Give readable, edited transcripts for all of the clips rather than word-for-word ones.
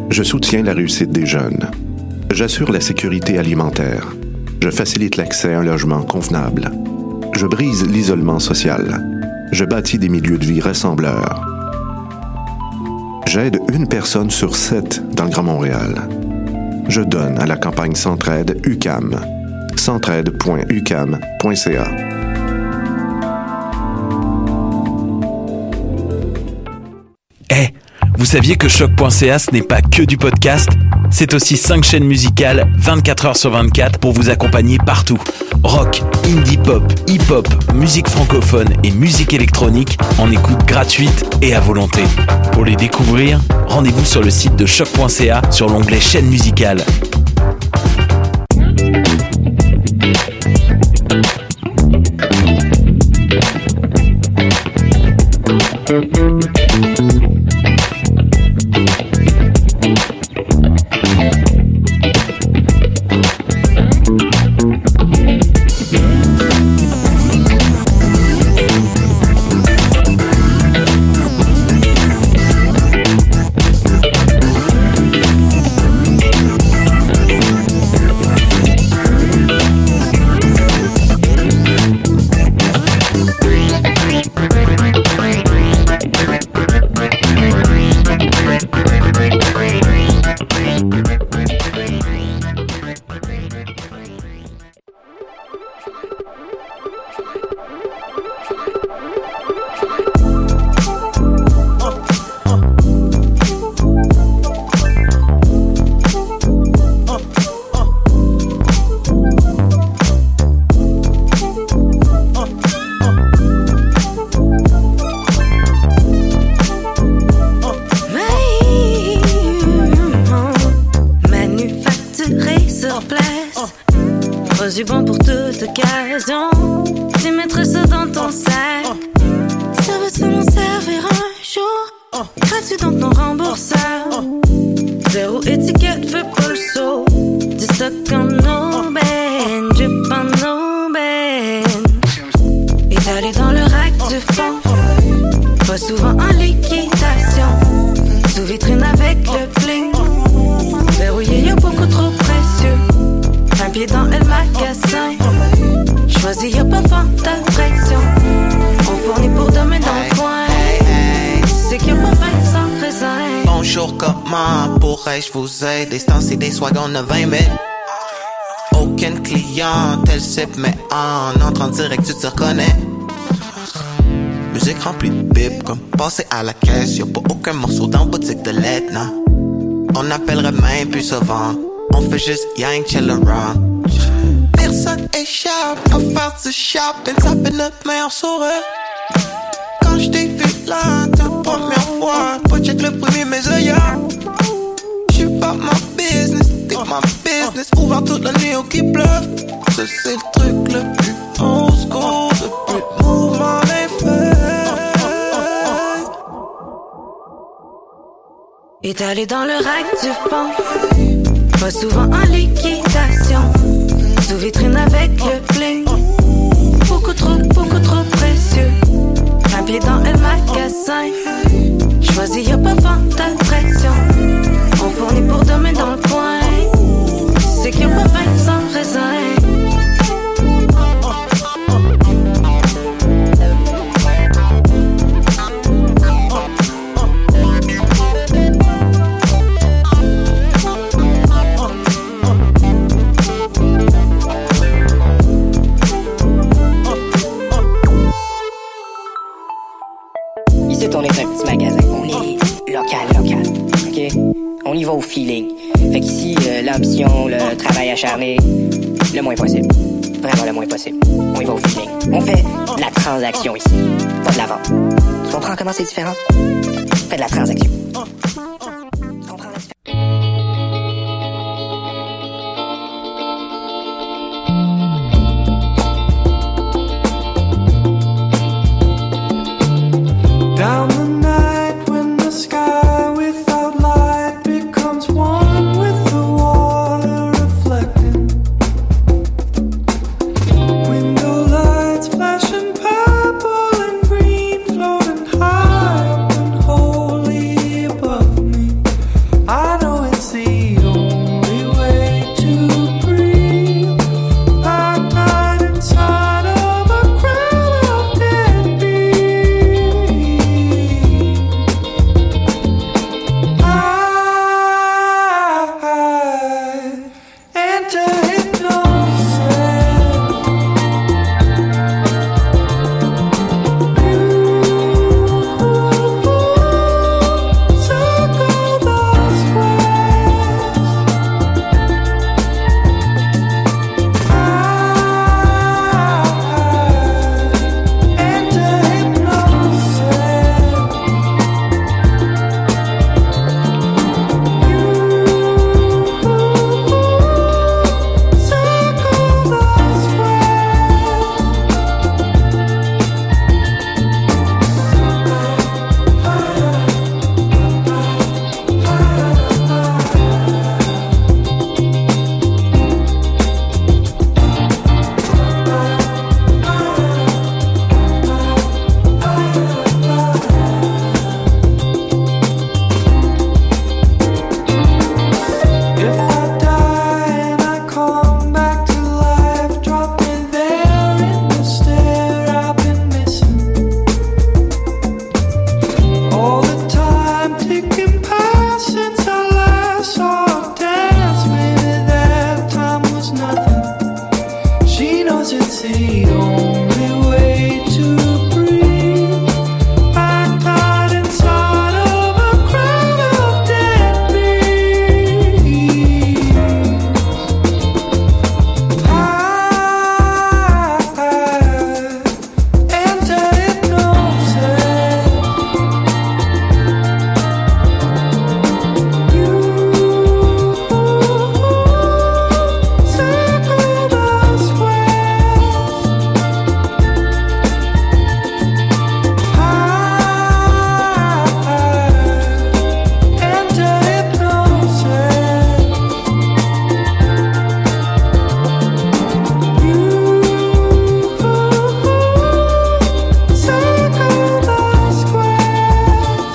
Je soutiens la réussite des jeunes. J'assure la sécurité alimentaire. Je facilite l'accès à un logement convenable. Je brise l'isolement social. Je bâtis des milieux de vie rassembleurs. J'aide une personne sur 7 dans le Grand Montréal. Je donne à la campagne Centraide UQAM. centraide.uqam.ca. Vous saviez que Choc.ca, ce n'est pas que du podcast? C'est aussi 5 chaînes musicales, 24 heures sur 24, pour vous accompagner partout. Rock, indie pop, hip-hop, musique francophone et musique électronique en écoute gratuite et à volonté. Pour les découvrir, rendez-vous sur le site de Choc.ca sur l'onglet chaîne musicale. Du bon pour toute occasion. Tu mettrais ça dans ton sac. Ça va seulement servir un jour. Gratuit dans ton rembourseur. Zéro étiquette, fais pas le saut. Du stock en aubaine, drip en aubaine. Étalé dans le rack du fond. Pas souvent en liquidation. Sous vitrine avec le bling. Verrouillé, y'a beaucoup trop précieux. Un pied dans le magasin. Choisis, y'a pas vente d'attraction. On fournit pour demain dans le coin. C'est qu'il y a pas 20 sans raisin. Bonjour, comment pourrais-je vous aider? C'est temps-ci des swag, on a 20 000. Aucune clientèle cible, mais en entrant direct, tu te reconnais. Musique remplie de bip, comme passer à la caisse. Y'a pas aucun morceau dans boutique de lettres, non. On appellerait même plus souvent. On fait juste yang chill around. Personne échappe à faire du shopping. Taper notre meilleur sourire. Quand j't'ai vu là, ta première fois, pas check le premier mes œillères. J'suis pas ma business, t'es ma business. Ouvert toute la nuit au qui pleuve. Ça c'est le truc le plus old school. Depuis le mouvement des faits. Étalé dans le rack du fond. Pas souvent en liquidation. Sous vitrine avec le bling. Beaucoup trop précieux. Un pied dans le magasin. Choisis, y'a pas vente d'attraction. On fournit pour demain dans le coin. C'est qu'il y a pas 20 sans raisin. On est un petit magasin, on est local, ok? On y va au feeling. Fait qu'ici, l'ambition, le travail acharné, le moins possible. Vraiment le moins possible. On y va au feeling. On fait de la transaction ici, pas de la vente. Tu comprends comment c'est différent? On fait de la transaction. Tu comprends la différence? Down the night when the sky without light becomes one with the water reflecting. Window lights flashing purple and green, floating high up and wholly above me. 'cause it's the only way to breathe. Back out inside of a crowd of dead bees. I enter hypnosis. You circle the squares. I enter hypnosis. You circle the squares.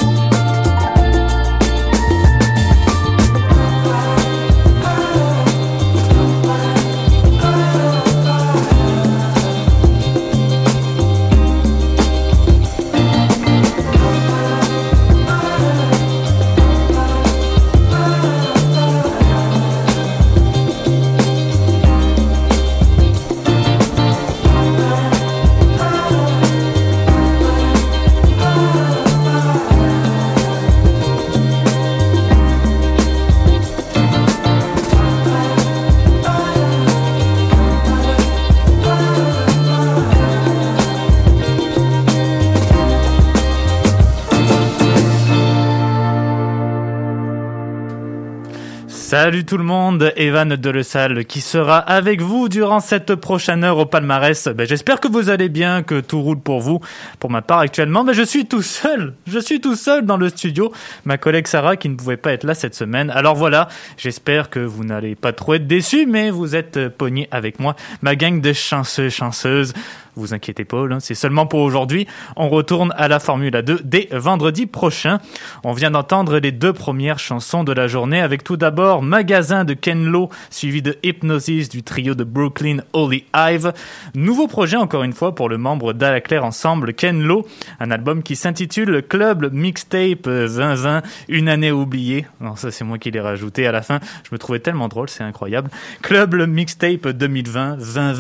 Salut tout le monde, Evan Delessal qui sera avec vous durant cette prochaine heure au palmarès. J'espère que vous allez bien, que tout roule pour vous. Pour ma part actuellement, je suis tout seul dans le studio. Ma collègue Sarah qui ne pouvait pas être là cette semaine. Alors voilà, j'espère que vous n'allez pas trop être déçus, mais vous êtes pognés avec moi. Ma gang de chanceuses. Vous inquiétez pas, là, c'est seulement pour aujourd'hui. On retourne à la Formule 2 dès vendredi prochain. On vient d'entendre les deux premières chansons de la journée avec tout d'abord Magasin de Ken Lo, suivi de Hypnosis du trio de Brooklyn Holy Hive. Nouveau projet encore une fois pour le membre d'Alaclair Ensemble, Ken Lo. Un album qui s'intitule Club Mixtape 2020, une année oubliée. Non, ça c'est moi qui l'ai rajouté à la fin. Je me trouvais tellement drôle, c'est incroyable. Club Mixtape 2020,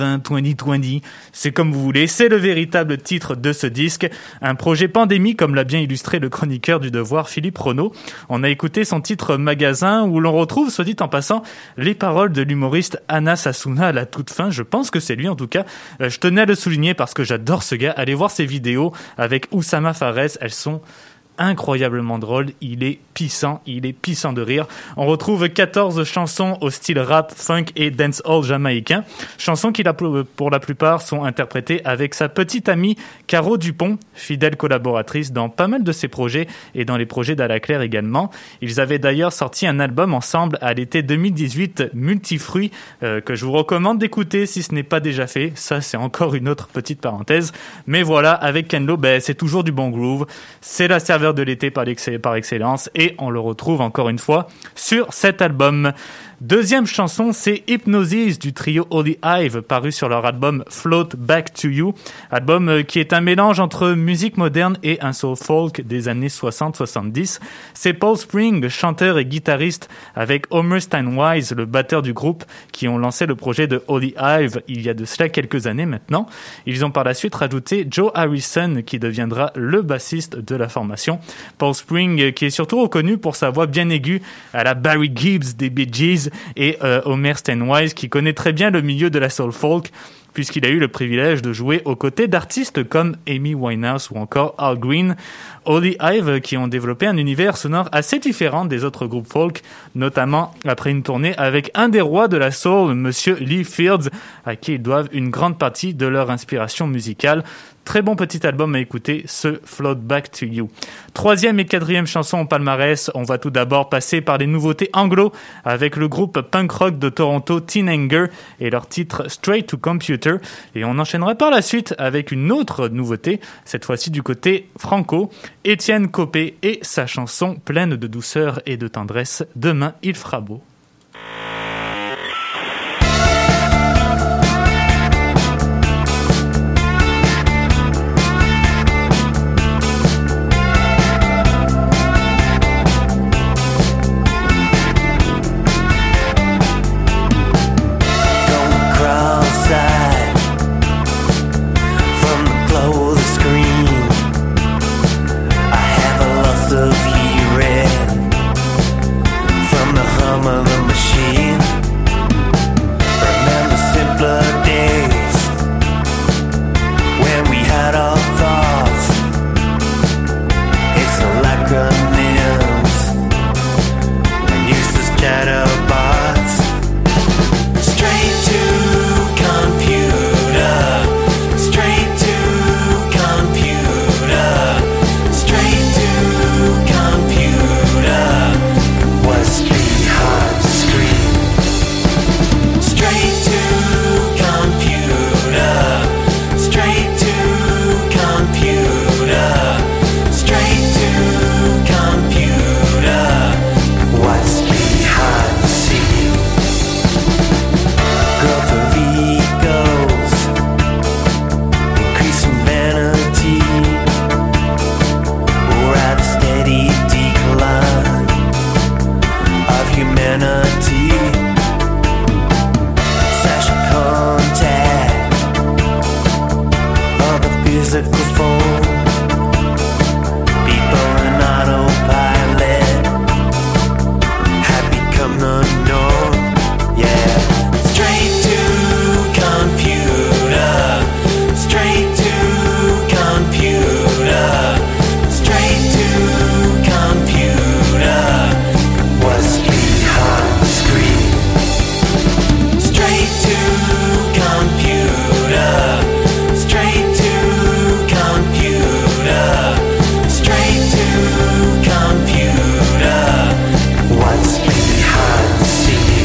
2020. C'est comme vous voulez, c'est le véritable titre de ce disque, un projet pandémie comme l'a bien illustré le chroniqueur du Devoir Philippe Renaud. On a écouté son titre Magasin où l'on retrouve, soit dit en passant, les paroles de l'humoriste Anas Assouna à la toute fin. Je pense que c'est lui en tout cas. Je tenais à le souligner parce que j'adore ce gars. Allez voir ses vidéos avec Oussama Fares, elles sont incroyablement drôle, il est pissant de rire. On retrouve 14 chansons au style rap, funk et dancehall jamaïcain. Chansons qui, pour la plupart, sont interprétées avec sa petite amie Caro Dupont, fidèle collaboratrice dans pas mal de ses projets et dans les projets d'Alaclair également. Ils avaient d'ailleurs sorti un album ensemble à l'été 2018, Multifruits, que je vous recommande d'écouter si ce n'est pas déjà fait. Ça, c'est encore une autre petite parenthèse. Mais voilà, avec Ken Lo, c'est toujours du bon groove. C'est la serveur de l'été par excellence et on le retrouve encore une fois sur cet album. Deuxième chanson, c'est Hypnosis du trio Holy Hive, paru sur leur album Float Back to You, album qui est un mélange entre musique moderne et un soul folk des années 60-70. C'est Paul Spring, chanteur et guitariste, avec Homer Steinwise, le batteur du groupe, qui ont lancé le projet de Holy Hive il y a de cela quelques années maintenant. Ils ont par la suite rajouté Joe Harrison, qui deviendra le bassiste de la formation. Paul Spring, qui est surtout reconnu pour sa voix bien aiguë à la Barry Gibbs des Bee Gees, et Homer Steinwise qui connaît très bien le milieu de la soul folk puisqu'il a eu le privilège de jouer aux côtés d'artistes comme Amy Winehouse ou encore Al Green. Holy Hive qui ont développé un univers sonore assez différent des autres groupes folk, notamment après une tournée avec un des rois de la soul, Monsieur Lee Fields, à qui ils doivent une grande partie de leur inspiration musicale. Très bon petit album à écouter, ce Float Back to You. Troisième et quatrième chanson au palmarès, on va tout d'abord passer par les nouveautés anglo avec le groupe punk rock de Toronto Teen Anger et leur titre Straight to Computer. Et on enchaînera par la suite avec une autre nouveauté, cette fois-ci du côté franco, Étienne Copé et sa chanson pleine de douceur et de tendresse, Demain il fera beau. physical phone. People in autopilot had become the norm. Yeah, straight to computer, straight to computer, straight to computer. What's behind the screen? Straight to computer, straight to computer, straight to computer. What's behind the scene?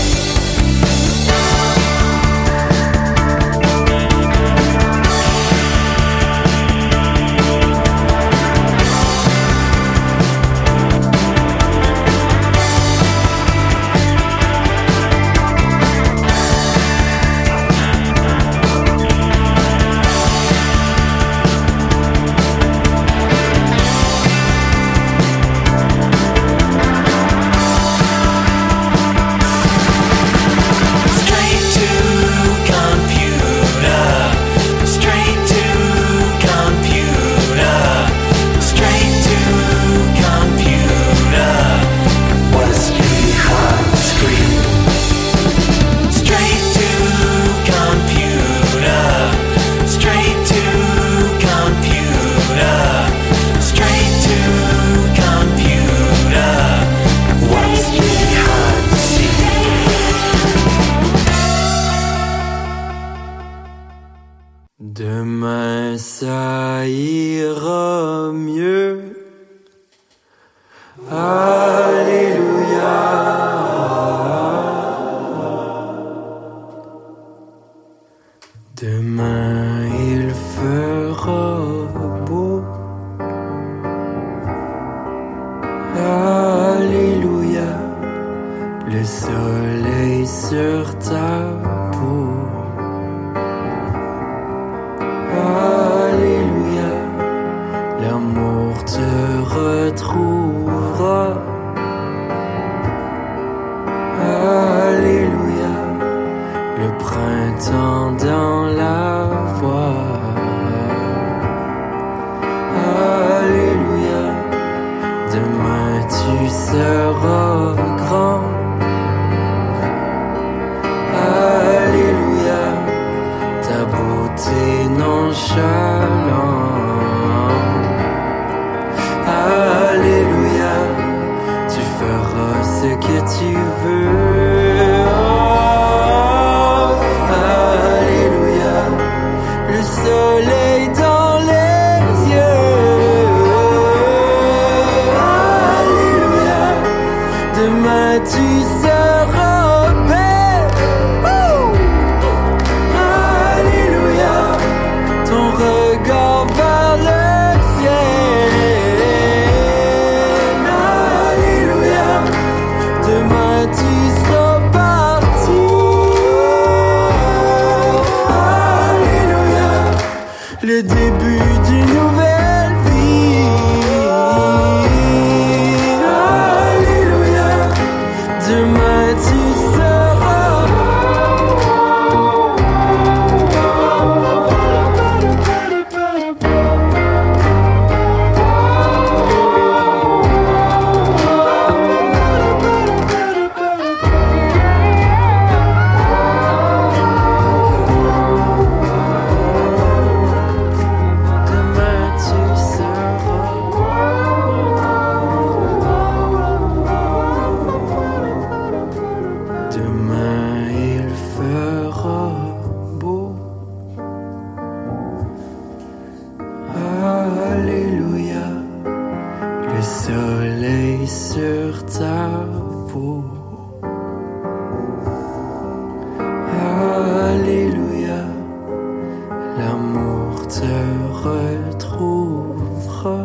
Straight to computer, straight to computer, straight to computer. What's behind the screen? Straight to computer, straight to computer, straight to computer. What's behind the scene? Demain ça ira mieux. Alléluia. Demain il fera beau. Alléluia. Le soleil sur ta peau. Alléluia, l'amour te retrouvera. Alléluia, le printemps dans la voie. Alléluia, demain tu seras grand. Alléluia, ta beauté nonchalante. Alléluia, tu feras ce que tu veux. Oh, alléluia, le soleil dans les yeux. Alléluia, demain tu seras belle. Alléluia, ton regard vers le ciel. Alléluia, demain tu seras parti. Alléluia, le début d'une nouvelle vie. Alléluia, demain tu seras. Demain tu seras. Demain il fera beau. Alléluia, le soleil sur ta peau. Alléluia, l'amour te retrouvera.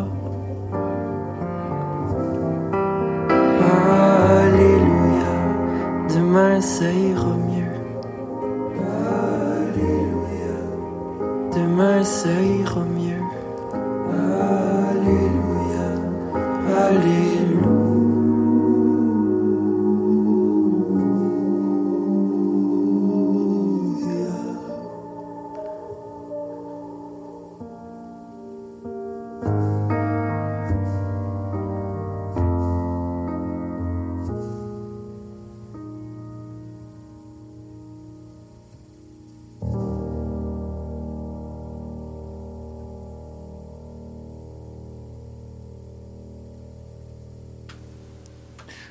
Alléluia, demain ça ira mieux. Alléluia, demain ça ira mieux. Alléluia, alléluia.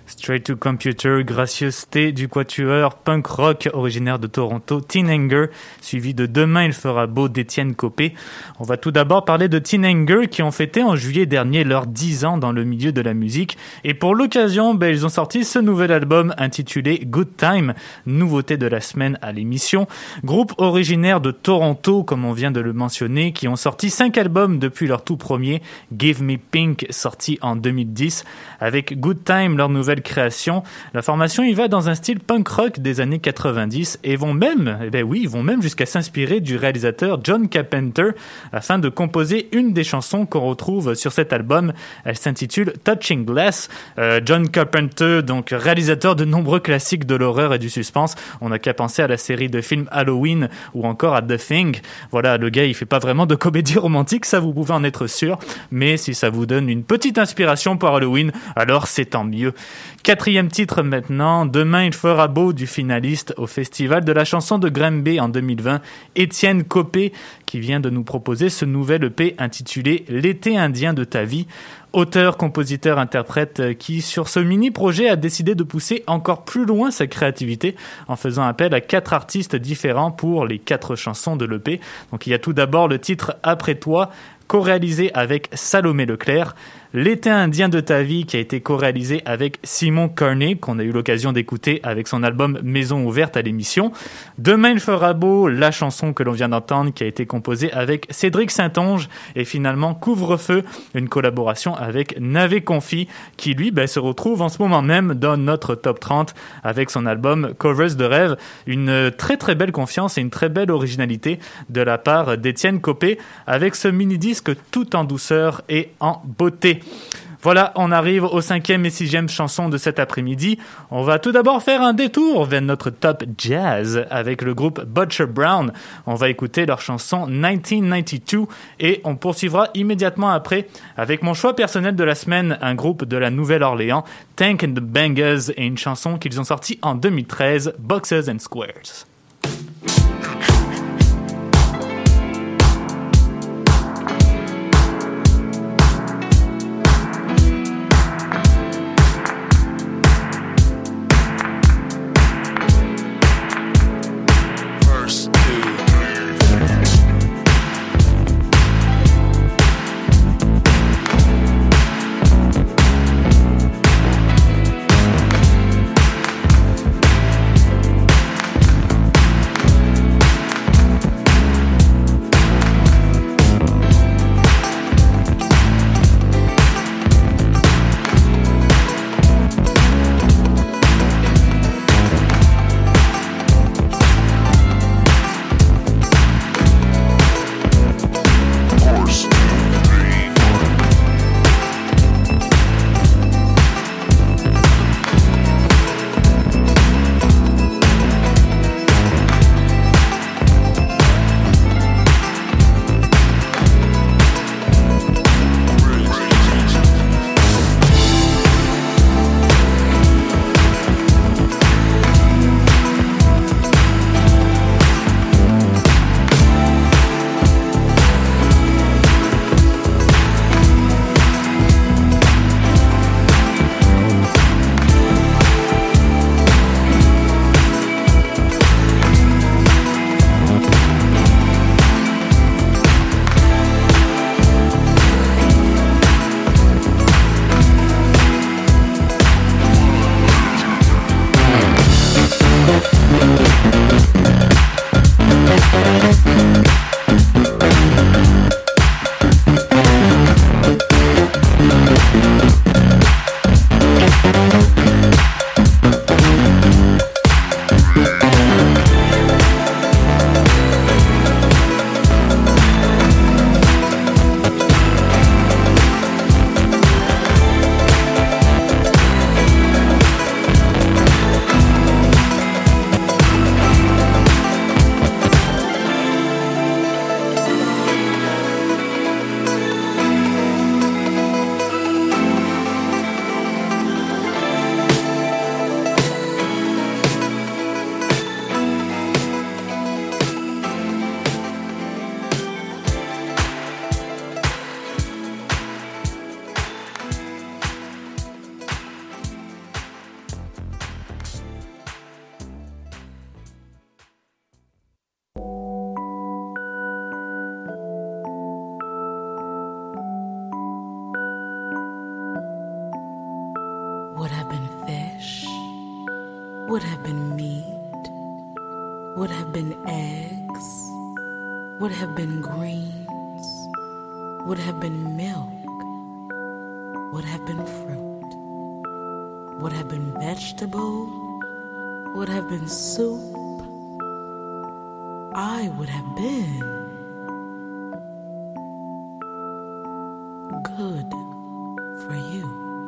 Straight to Computer, gracieuseté du quatuor punk rock originaire de Toronto, Teen Anger, suivi de Demain il fera beau d'Étienne Copé. On va tout d'abord parler de Teen Anger qui ont fêté en juillet dernier leurs 10 ans dans le milieu de la musique. Et pour l'occasion, ils ont sorti ce nouvel album intitulé Good Time, nouveauté de la semaine à l'émission. Groupe originaire de Toronto, comme on vient de le mentionner, qui ont sorti 5 albums depuis leur tout premier, Give Me Pink, sorti en 2010. Avec Good Time, leur nouvelle création, la formation y va dans un style punk rock des années 90 et vont même jusqu'à s'inspirer du réalisateur John Carpenter afin de composer une des chansons qu'on retrouve sur cet album. Elle s'intitule Touching Glass. John Carpenter, donc réalisateur de nombreux classiques de l'horreur et du suspense. On n'a qu'à penser à la série de films Halloween ou encore à The Thing. Voilà, le gars, il fait pas vraiment de comédie romantique, ça vous pouvez en être sûr. Mais si ça vous donne une petite inspiration pour Halloween, alors c'est tant mieux. 4e titre maintenant, Demain il fera beau du finaliste au Festival de la chanson de Granby en 2020, Étienne Copé, qui vient de nous proposer ce nouvel EP intitulé L'été indien de ta vie. Auteur, compositeur, interprète qui, sur ce mini-projet, a décidé de pousser encore plus loin sa créativité en faisant appel à 4 artistes différents pour les 4 chansons de l'EP. Donc il y a tout d'abord le titre Après toi, co-réalisé avec Salomé Leclerc, L'été indien de ta vie qui a été co-réalisé avec Simon Carney, qu'on a eu l'occasion d'écouter avec son album Maison ouverte à l'émission. Demain il fera beau, la chanson que l'on vient d'entendre qui a été composée avec Cédric Saint-Onge, et finalement Couvre-feu, une collaboration avec Navé Confi qui lui se retrouve en ce moment même dans notre top 30 avec son album Covers de rêve. Une très très belle confiance et une très belle originalité de la part d'Étienne Copé avec ce mini-disque tout en douceur et en beauté. Voilà, on arrive aux 5e et 6e chansons de cet après-midi. On va tout d'abord faire un détour vers notre top jazz avec le groupe Butcher Brown. On va écouter leur chanson 1992 et on poursuivra immédiatement après avec mon choix personnel de la semaine, un groupe de la Nouvelle-Orléans, Tank and the Bangers, et une chanson qu'ils ont sortie en 2013, Boxes and Squares. would have been eggs, would have been greens, would have been milk, would have been fruit, would have been vegetable, would have been soup. I would have been good for you.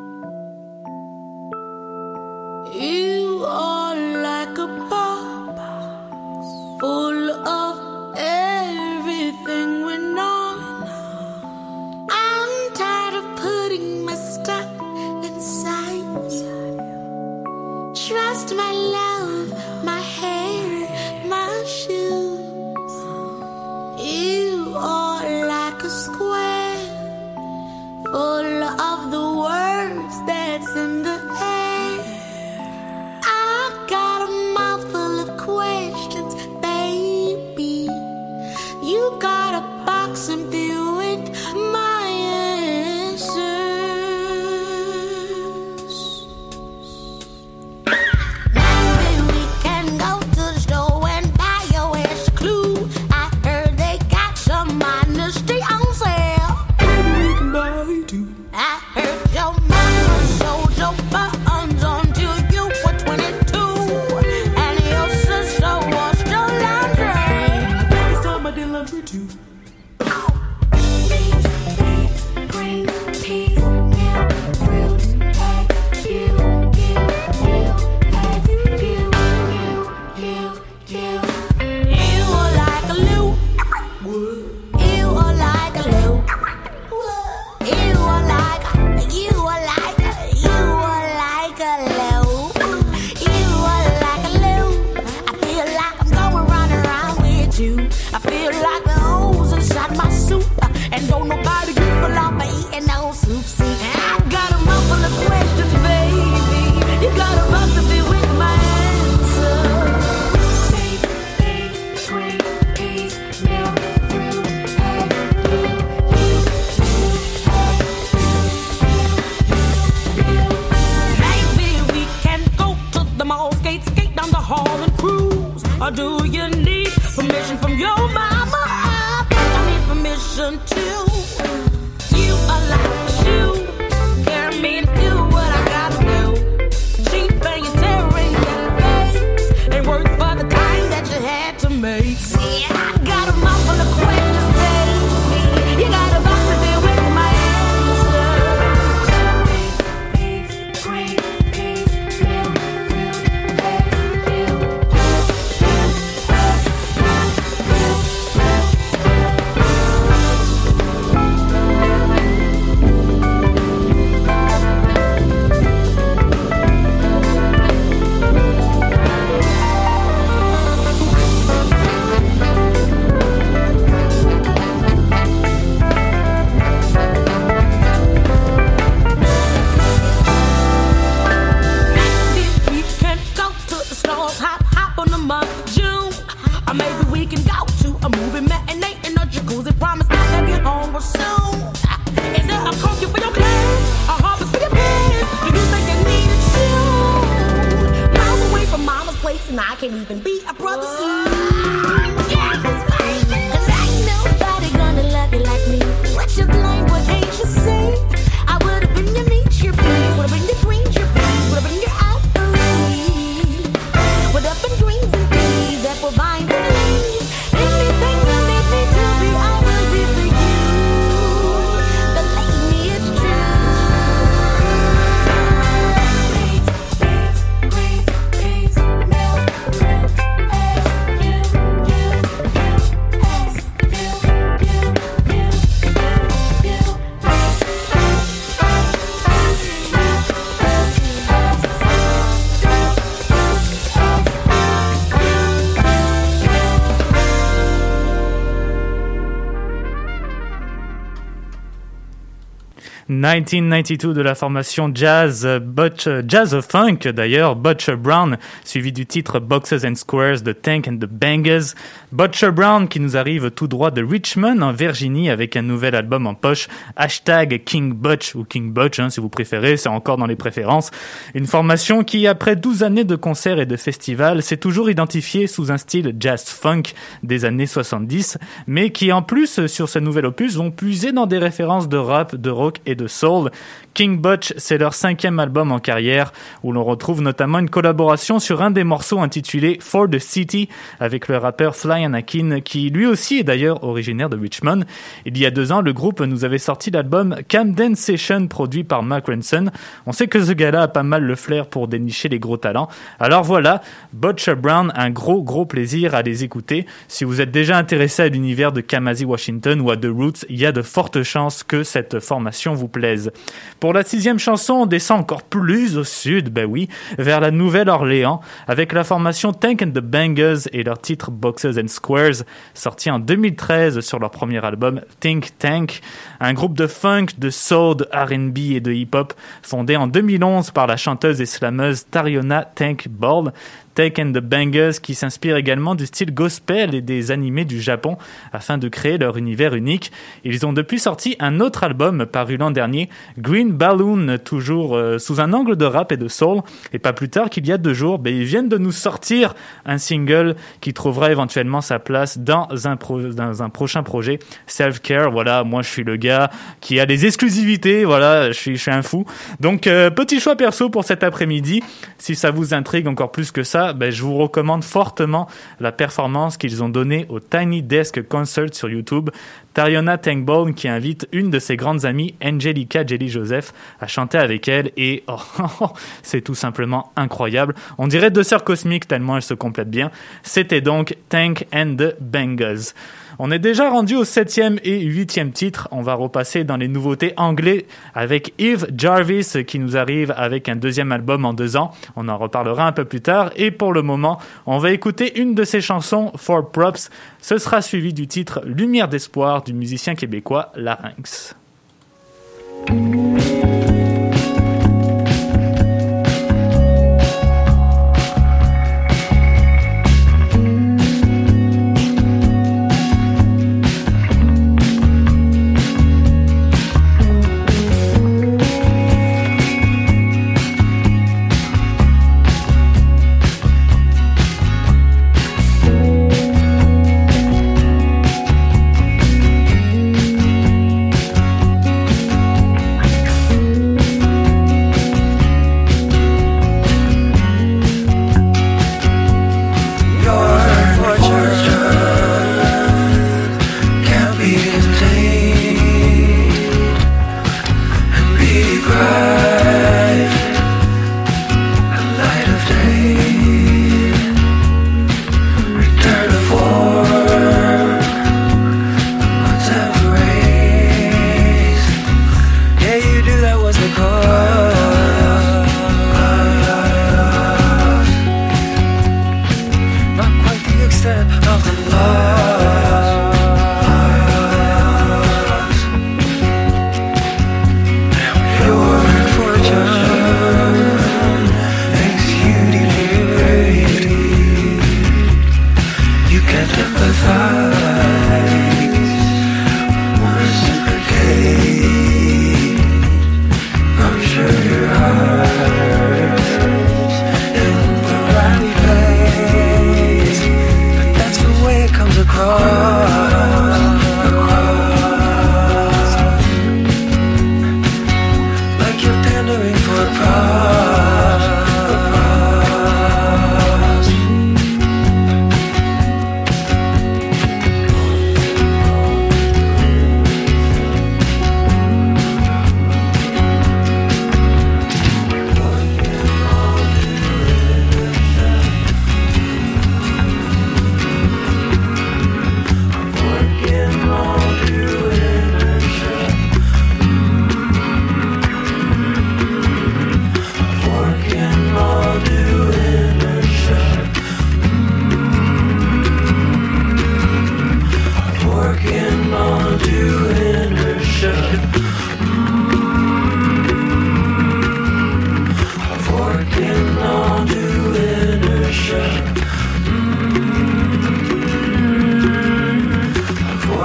You are like a box full of everything we know. I'm tired of putting my stuff inside you. Trust my love, my hair, my shoes. You are like a square full of the words that's in the air. I got a mouthful of questions, baby. You got a box empty with my answers. Maybe we can go to the store and buy your ass a clue. I heard they got some honesty on sale. Maybe we can buy two. I heard your mama sold your buttons until you were 22, and your sister washed your laundry. It's time I did laundry too. You are like a loop. You are like a loop. You are like a loop. You are like a loop. I feel like I'm going round and round with you. I feel like the holes inside my soup, and don't nobody get full off by eating no soup. See, I got a mouthful of questions, baby. You got a box to be with my answer. Maybe we can go to the mall, skate down the hall and cruise. Or do you need permission from your mama? I think I need permission too. You are like a shoe, carry me to do what I gotta do. Cheap and you're tearing that face, ain't worth for the time that you had to make. See, I got a mouthful of questions, baby. You got a box to deal with my answers. 1992 de la formation jazz funk d'ailleurs, Butcher Brown, suivi du titre Boxes and Squares de Tank and the Bangers. Butcher Brown qui nous arrive tout droit de Richmond en Virginie avec un nouvel album en poche, #King Butch ou King Butch si vous préférez, c'est encore dans les préférences. Une formation qui, après 12 années de concerts et de festivals, s'est toujours identifiée sous un style jazz funk des années 70, mais qui en plus, sur ce nouvel opus, vont puiser dans des références de rap, de rock et de soul. King Butch, c'est leur 5e album en carrière, où l'on retrouve notamment une collaboration sur un des morceaux intitulé For the City, avec le rappeur Fly Anakin, qui lui aussi est d'ailleurs originaire de Richmond. Il y a 2 ans, le groupe nous avait sorti l'album Camden Session, produit par Mark Ronson. On sait que ce gars-là a pas mal le flair pour dénicher les gros talents. Alors voilà, Butcher Brown, un gros plaisir à les écouter. Si vous êtes déjà intéressé à l'univers de Kamasi Washington ou à The Roots, il y a de fortes chances que cette formation vous plaise. Pour la 6e chanson, on descend encore plus au sud, vers la Nouvelle-Orléans, avec la formation Tank and the Bangers et leur titre Boxes and Squares, sorti en 2013 sur leur premier album Think Tank, un groupe de funk, de soul, de R&B et de hip-hop, fondé en 2011 par la chanteuse et slameuse Tariona Tank Ball. Tank and the Bangers qui s'inspire également du style gospel et des animés du Japon afin de créer leur univers unique. Ils ont depuis sorti un autre album paru l'an dernier, Green Balloon, toujours sous un angle de rap et de soul. Et pas plus tard qu'il y a 2 jours, ils viennent de nous sortir un single qui trouvera éventuellement sa place dans un prochain projet, Self Care. Voilà, moi je suis le gars qui a les exclusivités, voilà, je suis un fou. Donc petit choix perso pour cet après-midi. Si ça vous intrigue encore plus que ça, je vous recommande fortement la performance qu'ils ont donnée au Tiny Desk Concert sur YouTube. Tariona Tank Ball qui invite une de ses grandes amies, Angelica Jelly Joseph, à chanter avec elle et c'est tout simplement incroyable. On dirait 2 sœurs cosmiques tellement elles se complètent bien. C'était donc Tank and the Bangers. On est déjà rendu au 7e et 8e titre. On va repasser dans les nouveautés anglais avec Eve Jarvis qui nous arrive avec un 2e album en 2 ans. On en reparlera un peu plus tard. Et pour le moment, on va écouter une de ses chansons, For Props. Ce sera suivi du titre Lumière d'espoir du musicien québécois Larynx.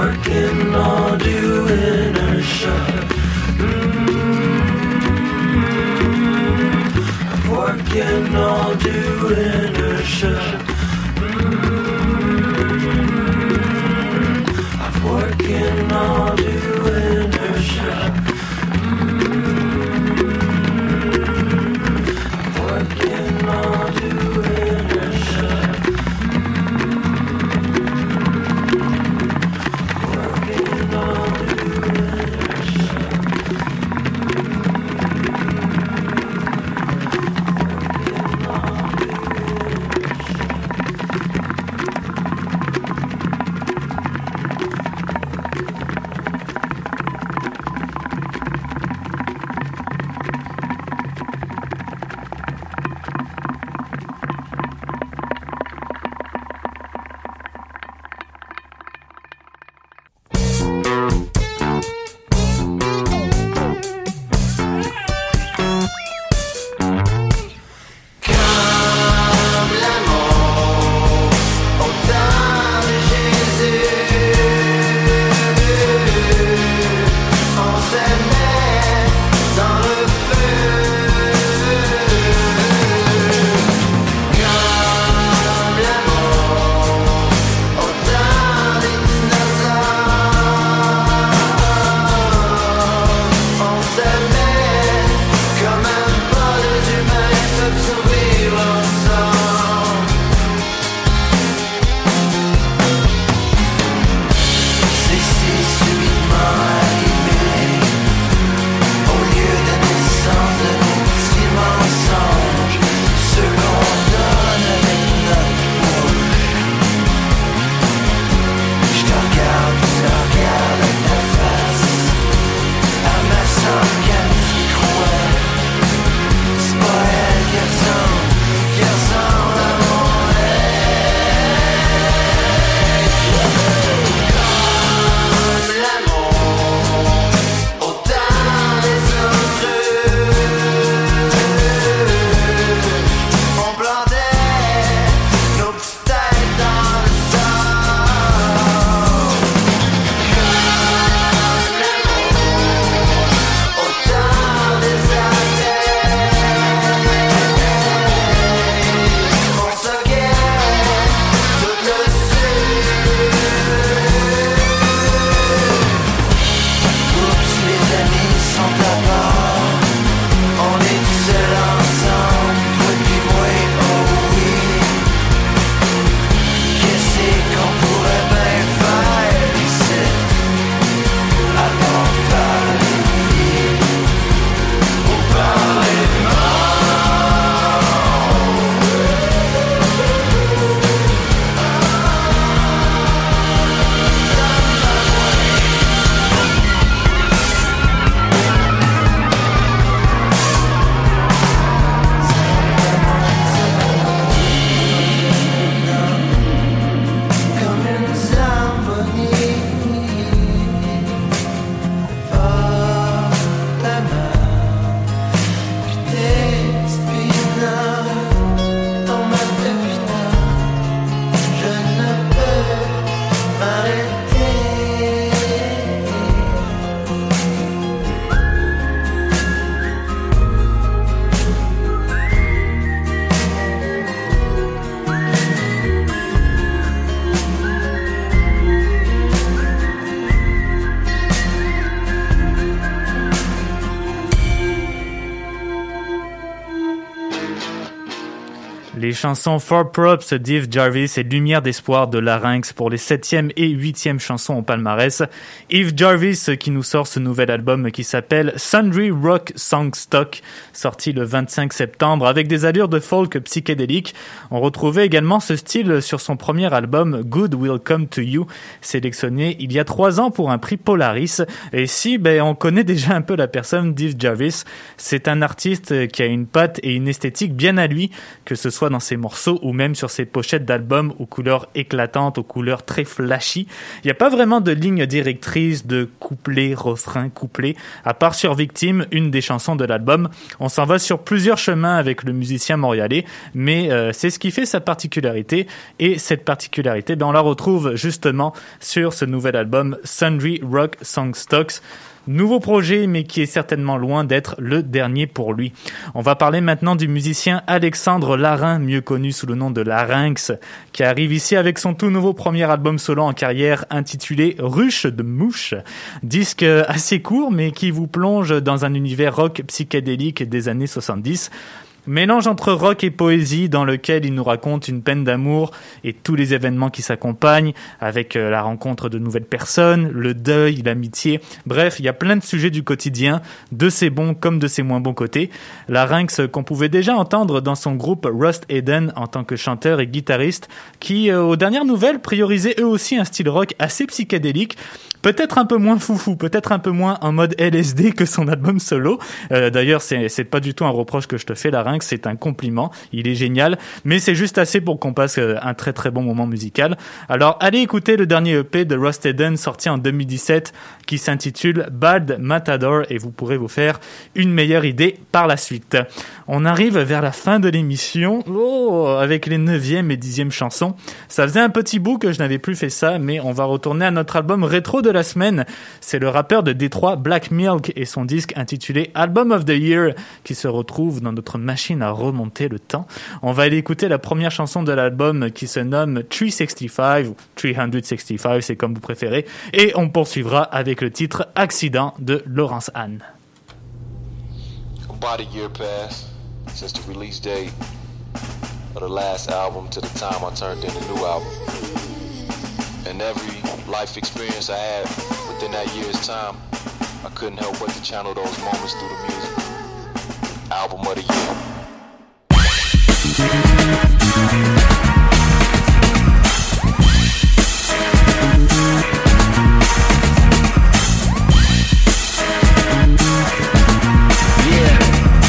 working all due inertia. Working all due inertia. I'm working all due inertia. I'm working all due inertia. Working all due inertia. Les chansons For Props d'Eve Jarvis et Lumière d'espoir de Larynx pour les 7e et 8e chansons au palmarès. Eve Jarvis qui nous sort ce nouvel album qui s'appelle Sundry Rock Songstock, sorti le 25 septembre avec des allures de folk psychédélique. On retrouvait également ce style sur son premier album Good Will Come to You, sélectionné il y a 3 ans pour un prix Polaris. Et si on connaît déjà un peu la personne d'Eve Jarvis, c'est un artiste qui a une patte et une esthétique bien à lui, que ce soit dans dans ses morceaux ou même sur ses pochettes d'albums aux couleurs éclatantes, aux couleurs très flashy. Il n'y a pas vraiment de ligne directrice de couplet, refrain, couplet. À part sur Victime, une des chansons de l'album, on s'en va sur plusieurs chemins avec le musicien montréalais, mais c'est ce qui fait sa particularité. Et cette particularité, on la retrouve justement sur ce nouvel album Sundry Rock Songstocks. Nouveau projet, mais qui est certainement loin d'être le dernier pour lui. On va parler maintenant du musicien Alexandre Larrain, mieux connu sous le nom de Larynx, qui arrive ici avec son tout nouveau premier album solo en carrière intitulé Ruche de Mouche. Disque assez court, mais qui vous plonge dans un univers rock psychédélique des années 70. Mélange entre rock et poésie dans lequel il nous raconte une peine d'amour et tous les événements qui s'accompagnent avec la rencontre de nouvelles personnes, le deuil, l'amitié. Bref, il y a plein de sujets du quotidien, de ses bons comme de ses moins bons côtés. Larynx qu'on pouvait déjà entendre dans son groupe Rust Eden en tant que chanteur et guitariste qui, aux dernières nouvelles, priorisaient eux aussi un style rock assez psychédélique. Peut-être un peu moins foufou, peut-être un peu moins en mode LSD que son album solo. D'ailleurs, c'est pas du tout un reproche que je te fais, Larynx, c'est un compliment. Il est génial, mais c'est juste assez pour qu'on passe un très très bon moment musical. Alors, allez écouter le dernier EP de Rust Eden sorti en 2017 qui s'intitule Bad Matador et vous pourrez vous faire une meilleure idée par la suite. On arrive vers la fin de l'émission avec les 9e et 10e chansons. Ça faisait un petit bout que je n'avais plus fait ça, mais on va retourner à notre album rétro de la semaine. C'est le rappeur de Détroit Black Milk et son disque intitulé Album of the Year qui se retrouve dans notre machine à remonter le temps. On va aller écouter la première chanson de l'album qui se nomme 365 ou 365, c'est comme vous préférez, et on poursuivra avec le titre Accident de Laurence Anne. About a year passed since the release date of the last album to the time I turned in the new album. And every life experience I had within that year's time, I couldn't help but to channel those moments through the music. Album of the year. Yeah.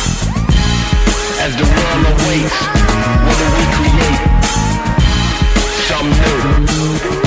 As the world awaits, what do we create? Something new.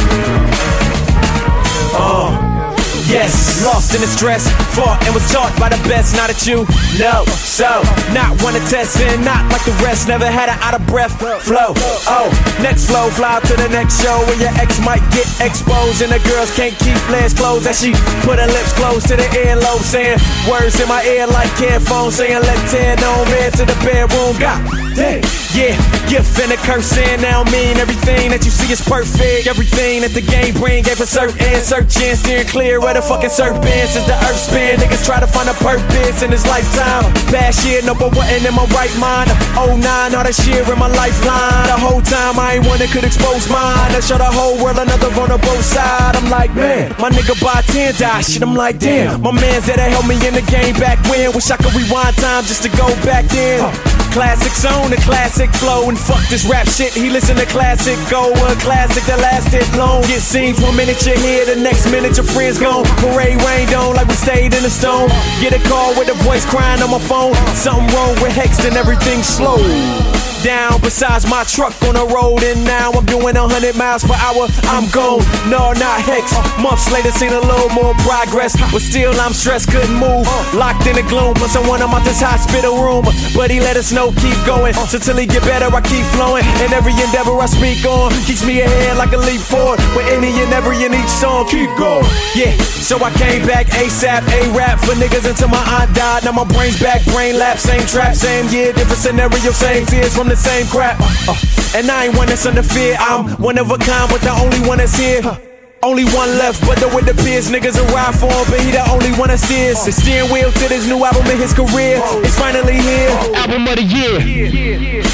Yes, lost in the stress, fought and was taught by the best, not at you, no, so, not one to test and not like the rest, never had an out of breath flow, oh, next flow, fly to the next show where your ex might get exposed and the girls can't keep legs closed as she put her lips close to the earlobe saying words in my ear like headphones saying let's head on man to the bedroom, God damn, yeah, gift and a curse and now mean everything that you see is perfect, everything that the game bring gave a certain searching, steering clear of the fucking serpent since the earth spin, niggas try to find a purpose in this lifetime, past year, no but wasn't in my right mind, 09, all that shit in my lifeline, the whole time I ain't one that could expose mine, I show the whole world another vulnerable side, I'm like man, my nigga bartend die, shit I'm like damn, my man's there to help me in the game back when, wish I could rewind time just to go back then, classic zone, the classic flow, and fuck this rap shit, he listen to classic, go a classic that lasted long, it seems 1 minute you're here, the next minute your friends gone, parade rained on like we stayed in the stone, get a call with a voice crying on my phone, something wrong with Hex and everything slow down besides my truck on the road and now I'm doing 100 miles per hour, I'm gone, no not Hex, months later seen a little more progress, but still I'm stressed, couldn't move, locked in the gloom, plus I want him out this hospital room, but he let us know keep going, so till he get better I keep flowing, and every endeavor I speak on, keeps me ahead like a leap forward, with any and every in each song, keep going, yeah, so I came back ASAP, A-rap for niggas until my aunt died, now my brain's back, brain lap, same trap, same year, different scenario, same tears from the same crap, and I ain't one that's under fear, I'm one of a kind, but the only one that's here, only one left, but with the peers, niggas will ride for him, but he the only one that steers, the steering wheel to this new album in his career, it's finally here, album of the year,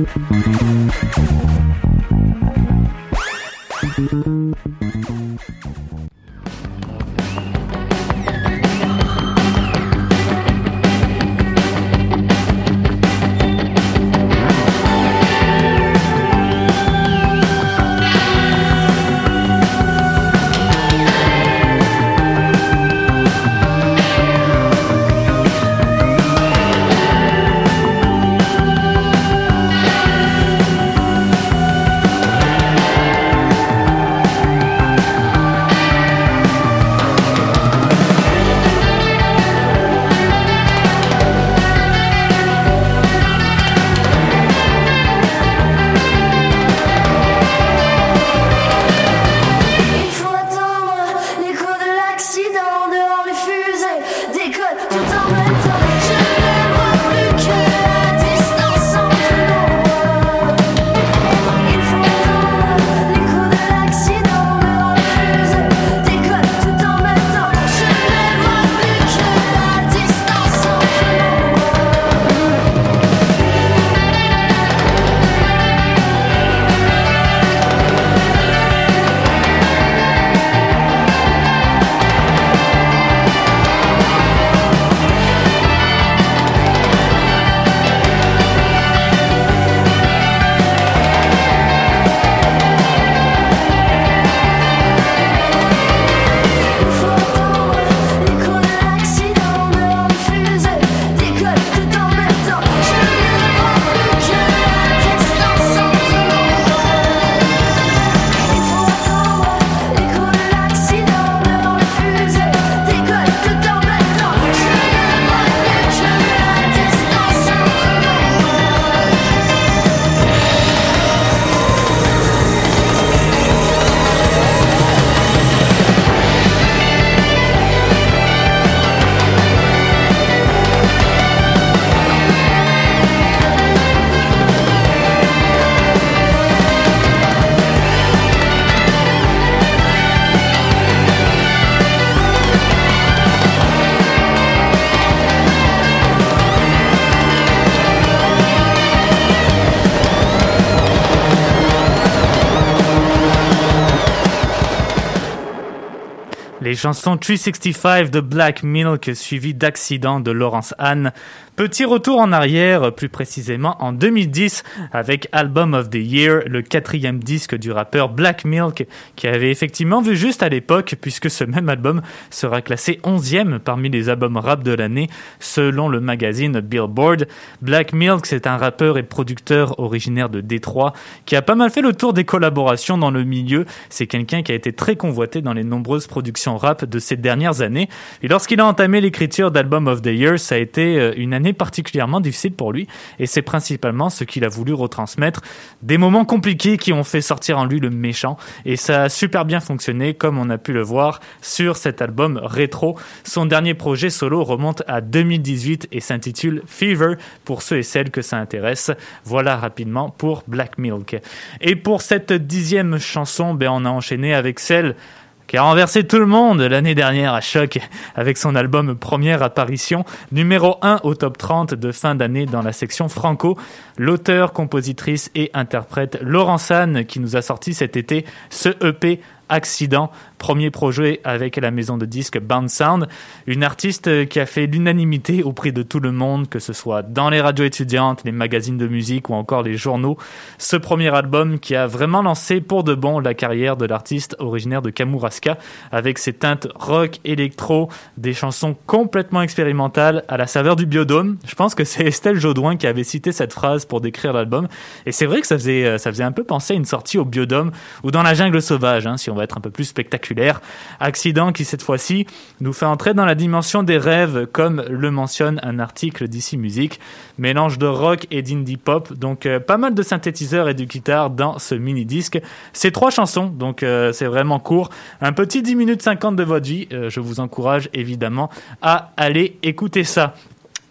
Les chansons 365 de Black Milk suivies d'Accident de Laurence Anne. Petit retour en arrière, plus précisément en 2010, avec Album of the Year, le 4e disque du rappeur Black Milk, qui avait effectivement vu juste à l'époque, puisque ce même album sera classé 11e parmi les albums rap de l'année, selon le magazine Billboard. Black Milk, c'est un rappeur et producteur originaire de Détroit, qui a pas mal fait le tour des collaborations dans le milieu. C'est quelqu'un qui a été très convoité dans les nombreuses productions rap de ces dernières années. Et lorsqu'il a entamé l'écriture d'Album of the Year, ça a été une année particulièrement difficile pour lui, et c'est principalement ce qu'il a voulu retransmettre, des moments compliqués qui ont fait sortir en lui le méchant, et ça a super bien fonctionné, comme on a pu le voir sur cet album rétro. Son dernier projet solo remonte à 2018 et s'intitule Fever, pour ceux et celles que ça intéresse. Voilà rapidement pour Black Milk. Et pour cette 10e chanson, on a enchaîné avec celle qui a renversé tout le monde l'année dernière à Choc avec son album Première Apparition, numéro 1 au top 30 de fin d'année dans la section Franco. L'auteur, compositrice et interprète Laurence Anne qui nous a sorti cet été ce EP Accident, premier projet avec la maison de disques Bound Sound, une artiste qui a fait l'unanimité auprès de tout le monde, que ce soit dans les radios étudiantes, les magazines de musique ou encore les journaux. Ce premier album qui a vraiment lancé pour de bon la carrière de l'artiste originaire de Kamouraska, avec ses teintes rock, électro, des chansons complètement expérimentales à la saveur du Biodôme. Je pense que c'est Estelle Jaudoin qui avait cité cette phrase pour décrire l'album, et c'est vrai que ça faisait un peu penser à une sortie au Biodôme ou dans la jungle sauvage, si on va être un peu plus spectaculaire. Accident qui cette fois-ci nous fait entrer dans la dimension des rêves, comme le mentionne un article d'Ici Musique. Mélange de rock et d'indie pop, donc pas mal de synthétiseurs et de guitares dans ce mini-disque. C'est 3 chansons, donc c'est vraiment court. Un petit 10 minutes 50 de votre vie. Je vous encourage évidemment à aller écouter ça.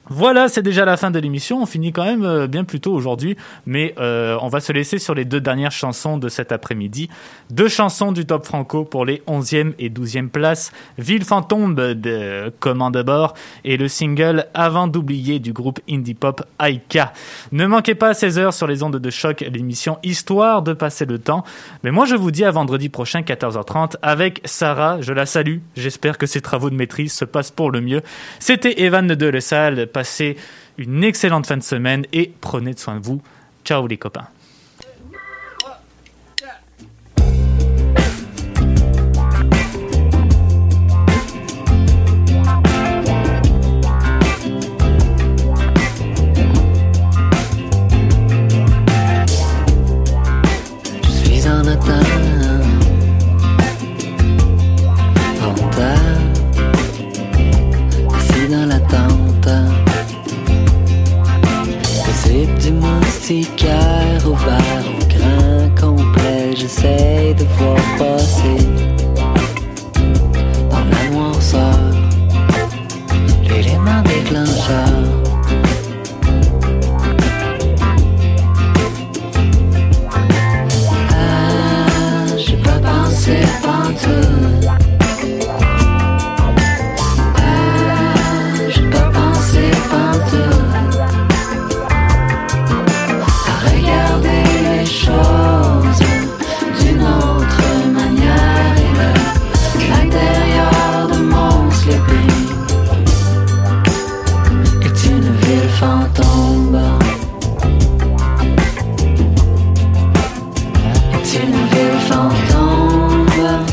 Voilà, c'est déjà la fin de l'émission. On finit quand même bien plus tôt aujourd'hui, mais on va se laisser sur les 2 dernières chansons de cet après-midi. 2 chansons du Top Franco pour les 11e et 12e places. Ville fantôme de Commande Bord et le single Avant d'oublier du groupe indie pop Aika. Ne manquez pas à 16h sur les ondes de Choc l'émission Histoire de passer le temps. Mais moi je vous dis à vendredi prochain 14h30 avec Sarah. Je la salue. J'espère que ses travaux de maîtrise se passent pour le mieux. C'était Evan de Le Salle. Passez une excellente fin de semaine et prenez soin de vous. Ciao les copains. Je suis en attente, assis dans l'attente. Du moustiquaire ouvert au grand complet, j'essaie de voir passer dans la noirceur l'élément déclencheur. Ah, j'ai pas pensé pantoute. Ah, j'ai pas pensé pantoute. Chose d'une autre manière et l'intérieur de mon sleeping est une ville fantôme. Est une ville fantôme.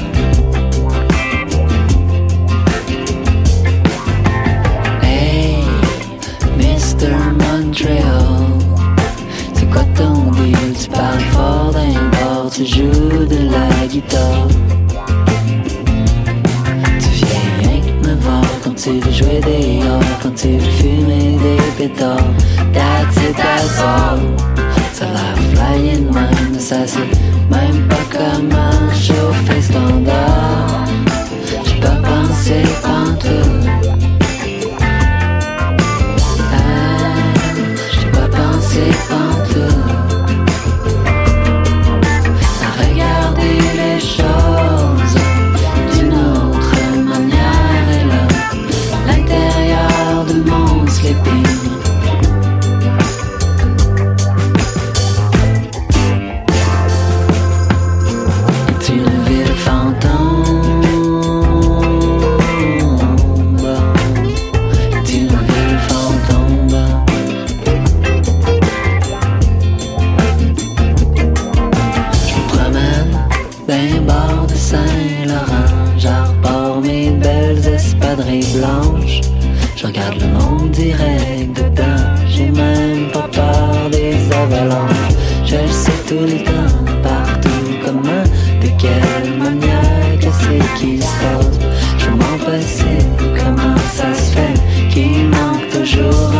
Hey, Mr. Montreal, c'est quoi ton deal? Tu parles fort d'un bord, tu joues de la guitare. Tu viens rien que me voir quand tu veux jouer dehors, quand tu veux fumer des pétards. That's it, that's all. Ça a l'air flying même, ça sait même pas comment chauffer standard. J'ai pas pensé pantoute. Ah, j'ai pas pensé pantoute. Les choses d'une autre manière et là, l'intérieur de mon sleeping est une ville fantôme. Est une ville fantôme. Je me promène d'un bord de Saint-Laurent, j'arbore mes belles espadrilles blanches. Je regarde le monde direct dedans, j'ai même pas peur des avalanches. Je le sais tout le temps, partout, comment, de quelle manière, que c'est qui se passe. Je m'en passer, comment ça se fait qu'il manque toujours